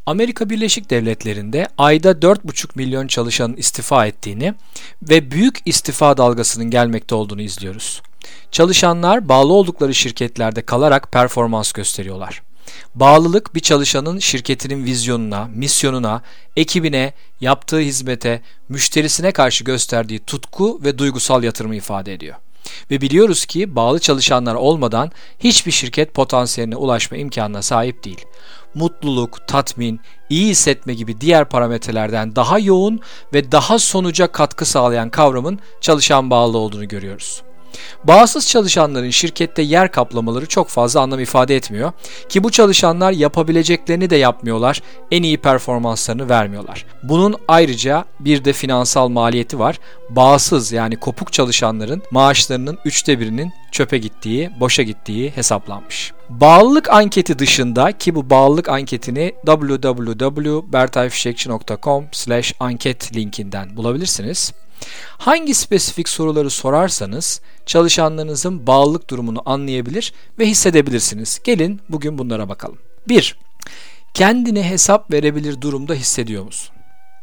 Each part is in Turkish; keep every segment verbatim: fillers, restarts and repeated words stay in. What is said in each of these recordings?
Amerika Birleşik Devletleri'nde ayda dört buçuk milyon çalışanın istifa ettiğini ve büyük istifa dalgasının gelmekte olduğunu izliyoruz. Çalışanlar bağlı oldukları şirketlerde kalarak performans gösteriyorlar. Bağlılık bir çalışanın şirketinin vizyonuna, misyonuna, ekibine, yaptığı hizmete, müşterisine karşı gösterdiği tutku ve duygusal yatırımı ifade ediyor. Ve biliyoruz ki bağlı çalışanlar olmadan hiçbir şirket potansiyeline ulaşma imkanına sahip değil. Mutluluk, tatmin, iyi hissetme gibi diğer parametrelerden daha yoğun ve daha sonuca katkı sağlayan kavramın çalışan bağlılığı olduğunu görüyoruz. Bağımsız çalışanların şirkette yer kaplamaları çok fazla anlam ifade etmiyor ki bu çalışanlar yapabileceklerini de yapmıyorlar, en iyi performanslarını vermiyorlar. Bunun ayrıca bir de finansal maliyeti var. Bağımsız yani kopuk çalışanların maaşlarının üçte birinin çöpe gittiği, boşa gittiği hesaplanmış. Bağlılık anketi dışında ki bu bağlılık anketini double-u double-u double-u nokta bertayfişekçi nokta com slash anket linkinden bulabilirsiniz. Hangi spesifik soruları sorarsanız çalışanlarınızın bağlılık durumunu anlayabilir ve hissedebilirsiniz. Gelin bugün bunlara bakalım. bir. Kendini hesap verebilir durumda hissediyor musun?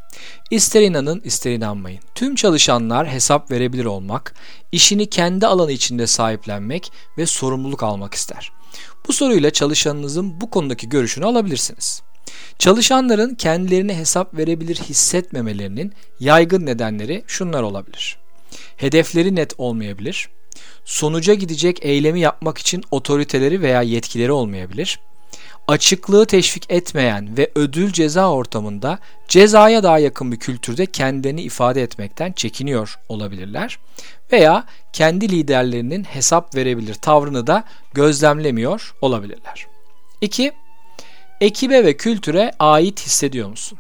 İster inanın ister inanmayın. Tüm çalışanlar hesap verebilir olmak, işini kendi alanı içinde sahiplenmek ve sorumluluk almak ister. Bu soruyla çalışanınızın bu konudaki görüşünü alabilirsiniz. Çalışanların kendilerine hesap verebilir hissetmemelerinin yaygın nedenleri şunlar olabilir. Hedefleri net olmayabilir, sonuca gidecek eylemi yapmak için otoriteleri veya yetkileri olmayabilir, açıklığı teşvik etmeyen ve ödül ceza ortamında cezaya daha yakın bir kültürde kendilerini ifade etmekten çekiniyor olabilirler veya kendi liderlerinin hesap verebilir tavrını da gözlemlemiyor olabilirler. iki. Ekibe ve kültüre ait hissediyor musun?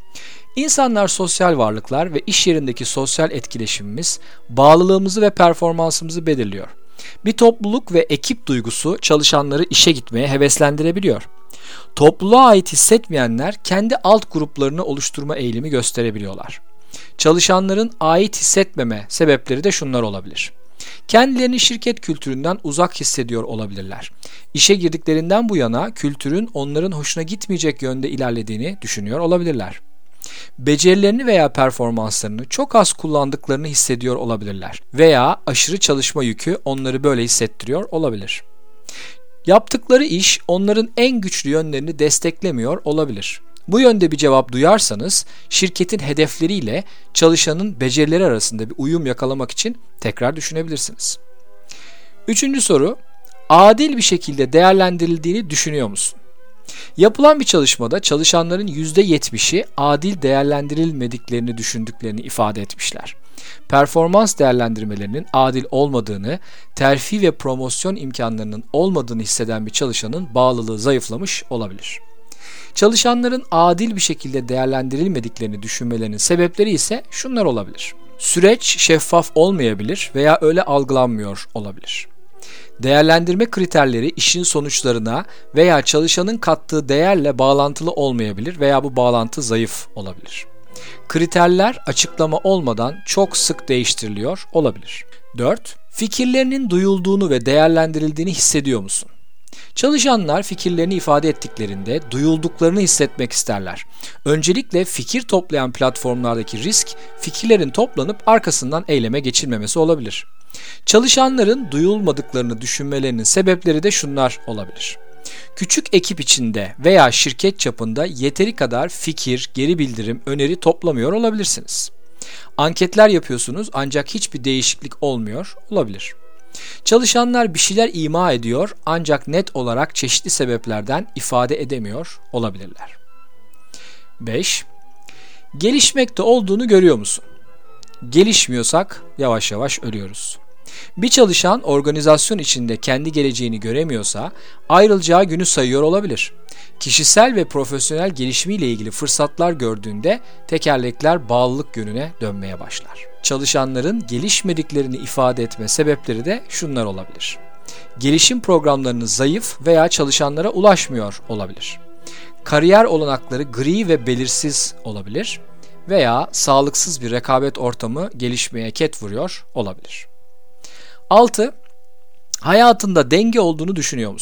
İnsanlar sosyal varlıklar ve iş yerindeki sosyal etkileşimimiz bağlılığımızı ve performansımızı belirliyor. Bir topluluk ve ekip duygusu çalışanları işe gitmeye heveslendirebiliyor. Topluluğa ait hissetmeyenler kendi alt gruplarını oluşturma eğilimi gösterebiliyorlar. Çalışanların ait hissetmeme sebepleri de şunlar olabilir. Kendilerini şirket kültüründen uzak hissediyor olabilirler. İşe girdiklerinden bu yana kültürün onların hoşuna gitmeyecek yönde ilerlediğini düşünüyor olabilirler. Becerilerini veya performanslarını çok az kullandıklarını hissediyor olabilirler veya aşırı çalışma yükü onları böyle hissettiriyor olabilir. Yaptıkları iş onların en güçlü yönlerini desteklemiyor olabilir. Bu yönde bir cevap duyarsanız şirketin hedefleriyle çalışanın becerileri arasında bir uyum yakalamak için tekrar düşünebilirsiniz. Üçüncü soru, adil bir şekilde değerlendirildiğini düşünüyor musun? Yapılan bir çalışmada çalışanların yüzde yetmişi adil değerlendirilmediklerini düşündüklerini ifade etmişler. Performans değerlendirmelerinin adil olmadığını, terfi ve promosyon imkanlarının olmadığını hisseden bir çalışanın bağlılığı zayıflamış olabilir. Çalışanların adil bir şekilde değerlendirilmediklerini düşünmelerinin sebepleri ise şunlar olabilir. Süreç şeffaf olmayabilir veya öyle algılanmıyor olabilir. Değerlendirme kriterleri işin sonuçlarına veya çalışanın kattığı değerle bağlantılı olmayabilir veya bu bağlantı zayıf olabilir. Kriterler açıklama olmadan çok sık değiştiriliyor olabilir. dört. Fikirlerinin duyulduğunu ve değerlendirildiğini hissediyor musun? Çalışanlar fikirlerini ifade ettiklerinde duyulduklarını hissetmek isterler. Öncelikle fikir toplayan platformlardaki risk, fikirlerin toplanıp arkasından eyleme geçilmemesi olabilir. Çalışanların duyulmadıklarını düşünmelerinin sebepleri de şunlar olabilir. Küçük ekip içinde veya şirket çapında yeteri kadar fikir, geri bildirim, öneri toplamıyor olabilirsiniz. Anketler yapıyorsunuz ancak hiçbir değişiklik olmuyor olabilir. Çalışanlar bir şeyler ima ediyor ancak net olarak çeşitli sebeplerden ifade edemiyor olabilirler. beş. Gelişmekte olduğunu görüyor musun? Gelişmiyorsak yavaş yavaş ölüyoruz. Bir çalışan organizasyon içinde kendi geleceğini göremiyorsa ayrılacağı günü sayıyor olabilir. Kişisel ve profesyonel gelişimiyle ilgili fırsatlar gördüğünde tekerlekler bağlılık yönüne dönmeye başlar. Çalışanların gelişmediklerini ifade etme sebepleri de şunlar olabilir. Gelişim programlarının zayıf veya çalışanlara ulaşmıyor olabilir. Kariyer olanakları gri ve belirsiz olabilir veya sağlıksız bir rekabet ortamı gelişmeye ket vuruyor olabilir. altı. Hayatında denge olduğunu düşünüyor musun?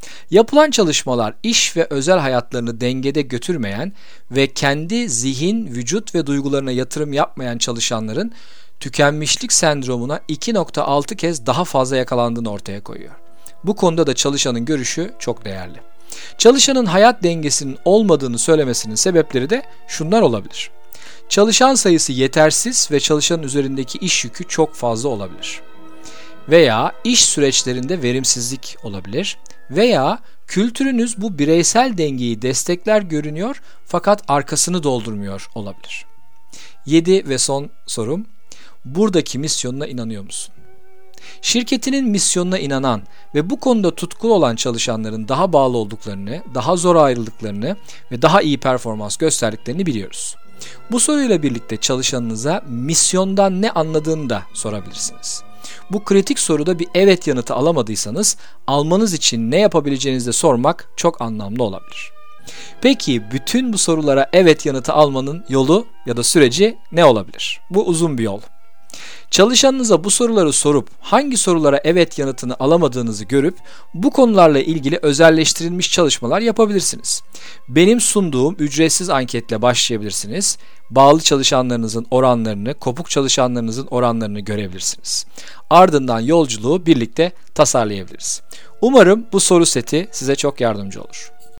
Yapılan çalışmalar iş ve özel hayatlarını dengede götürmeyen ve kendi zihin, vücut ve duygularına yatırım yapmayan çalışanların tükenmişlik sendromuna iki nokta altı kez daha fazla yakalandığını ortaya koyuyor. Bu konuda da çalışanın görüşü çok değerli. Çalışanın hayat dengesinin olmadığını söylemesinin sebepleri de şunlar olabilir. Çalışan sayısı yetersiz ve çalışanın üzerindeki iş yükü çok fazla olabilir. Veya iş süreçlerinde verimsizlik olabilir. Veya kültürünüz bu bireysel dengeyi destekler görünüyor fakat arkasını doldurmuyor olabilir. yedi ve son sorum. Buradaki misyonuna inanıyor musun? Şirketinin misyonuna inanan ve bu konuda tutkulu olan çalışanların daha bağlı olduklarını, daha zor ayrıldıklarını ve daha iyi performans gösterdiklerini biliyoruz. Bu soruyla birlikte çalışanınıza misyondan ne anladığını da sorabilirsiniz. Bu kritik soruda bir evet yanıtı alamadıysanız almanız için ne yapabileceğinizi de sormak çok anlamlı olabilir. Peki bütün bu sorulara evet yanıtı almanın yolu ya da süreci ne olabilir? Bu uzun bir yol. Çalışanınıza bu soruları sorup hangi sorulara evet yanıtını alamadığınızı görüp bu konularla ilgili özelleştirilmiş çalışmalar yapabilirsiniz. Benim sunduğum ücretsiz anketle başlayabilirsiniz. Bağlı çalışanlarınızın oranlarını, kopuk çalışanlarınızın oranlarını görebilirsiniz. Ardından yolculuğu birlikte tasarlayabiliriz. Umarım bu soru seti size çok yardımcı olur.